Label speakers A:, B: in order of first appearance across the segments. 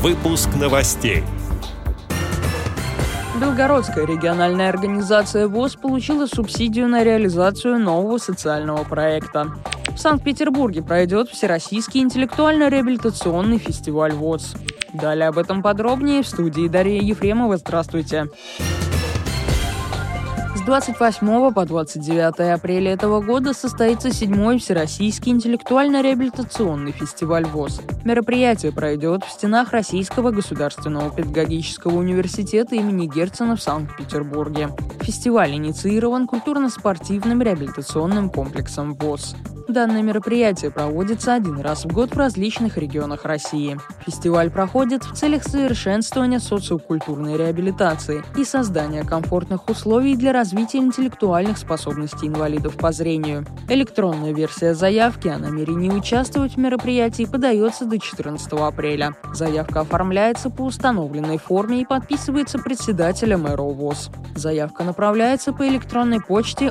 A: Выпуск новостей.
B: Белгородская региональная организация ВОС получила субсидию на реализацию нового социального проекта. В Санкт-Петербурге пройдет Всероссийский интеллектуально-реабилитационный фестиваль ВОС. Далее об этом подробнее в студии Дарья Ефремова. Здравствуйте. С 28 по 29 апреля этого года состоится 7-й Всероссийский интеллектуально-реабилитационный фестиваль ВОС. Мероприятие пройдет в стенах Российского государственного педагогического университета имени Герцена в Санкт-Петербурге. Фестиваль инициирован культурно-спортивным реабилитационным комплексом ВОС. Данное мероприятие проводится один раз в год в различных регионах России. Фестиваль проходит в целях совершенствования социокультурной реабилитации и создания комфортных условий для развития интеллектуальных способностей инвалидов по зрению. Электронная версия заявки о намерении участвовать в мероприятии подается до 14 апреля. Заявка оформляется по установленной форме и подписывается председателем РО ВОС. Заявка направляется по электронной почте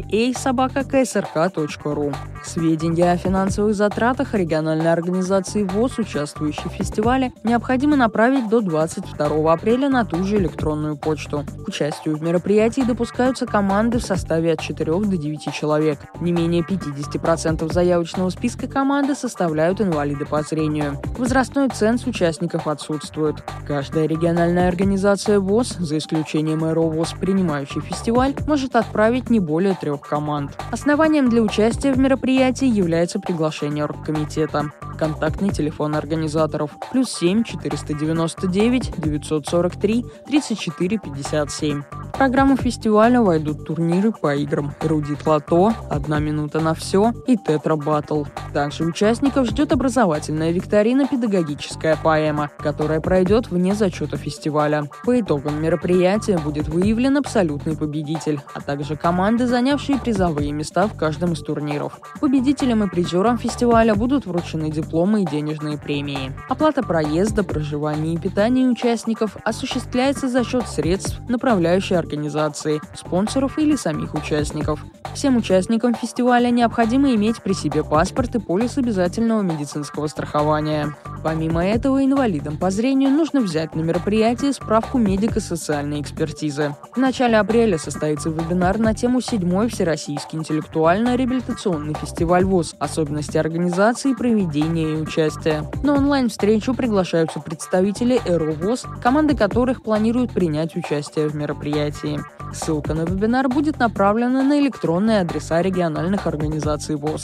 B: ya@ksrk.ru. Сведения о финансовых затратах региональной организации ВОС, участвующей в фестивале, необходимо направить до 22 апреля на ту же электронную почту. К участию в мероприятии допускаются команды в составе от 4 до 9 человек. Не менее 50% заявочного списка команды составляют инвалиды по зрению. Возрастной ценз участников отсутствует. Каждая региональная организация ВОС, за исключением РО ВОС, принимающий фестиваль, может отправить не более 3 команд. Основанием для участия в мероприятии является приглашение оргкомитета. Контактный телефон организаторов +7 499 943 34 57. В программу фестиваля войдут турниры по играм «Эрудит Лото», «1 минута на все» и «Тетра Баттл». Также участников ждет образовательная викторина «Педагогическая поэма», которая пройдет вне зачета фестиваля. По итогам мероприятия будет выявлен абсолютный победитель, а также команды, занявшие призовые места в каждом из турниров. Победителям и призерам фестиваля будут вручены дипломы и денежные премии. Оплата проезда, проживания и питания участников осуществляется за счет средств, направляющей организации, спонсоров или самих участников. Всем участникам фестиваля необходимо иметь при себе паспорт и полис обязательного медицинского страхования. Помимо этого, инвалидам по зрению нужно взять на мероприятие справку медико-социальной экспертизы. В начале апреля состоится вебинар на тему 7-й Всероссийский интеллектуально-реабилитационный фестиваль ВОС, особенности организации, проведения и участия. На онлайн-встречу приглашаются представители РО ВОС, команды которых планируют принять участие в мероприятии. Ссылка на вебинар будет направлена на электронные адреса региональных организаций ВОС.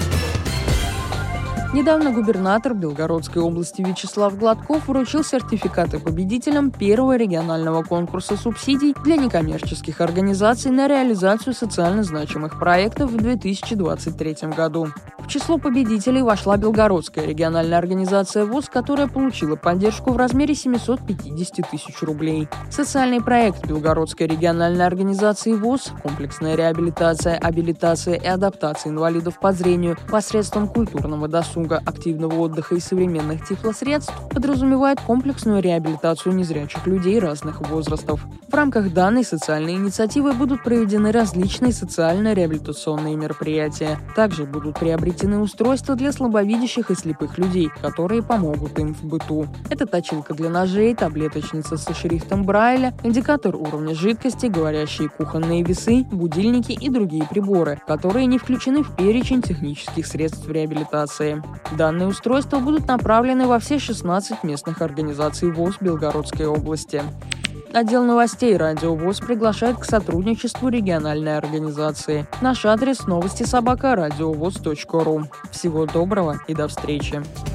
B: Недавно губернатор Белгородской области Вячеслав Гладков вручил сертификаты победителям первого регионального конкурса субсидий для некоммерческих организаций на реализацию социально значимых проектов в 2023 году. В число победителей вошла Белгородская региональная организация ВОС, которая получила поддержку в размере 750 тысяч рублей. Социальный проект Белгородской региональной организации ВОС «Комплексная реабилитация, абилитация и адаптация инвалидов по зрению посредством культурного досуга, активного отдыха и современных тифлосредств» подразумевает комплексную реабилитацию незрячих людей разных возрастов. В рамках данной социальной инициативы будут проведены различные социально-реабилитационные мероприятия. Также будут приобретены устройства для слабовидящих и слепых людей, которые помогут им в быту. Это точилка для ножей, таблеточница со шрифтом Брайля, индикатор уровня жидкости, говорящие кухонные весы, будильники и другие приборы, которые не включены в перечень технических средств реабилитации. Данные устройства будут направлены во все 16 местных организаций ВОС Белгородской области. Отдел новостей «Радио ВОС» приглашает к сотрудничеству региональной организации. Наш адрес – новости@радиовос.ру. Всего доброго и до встречи!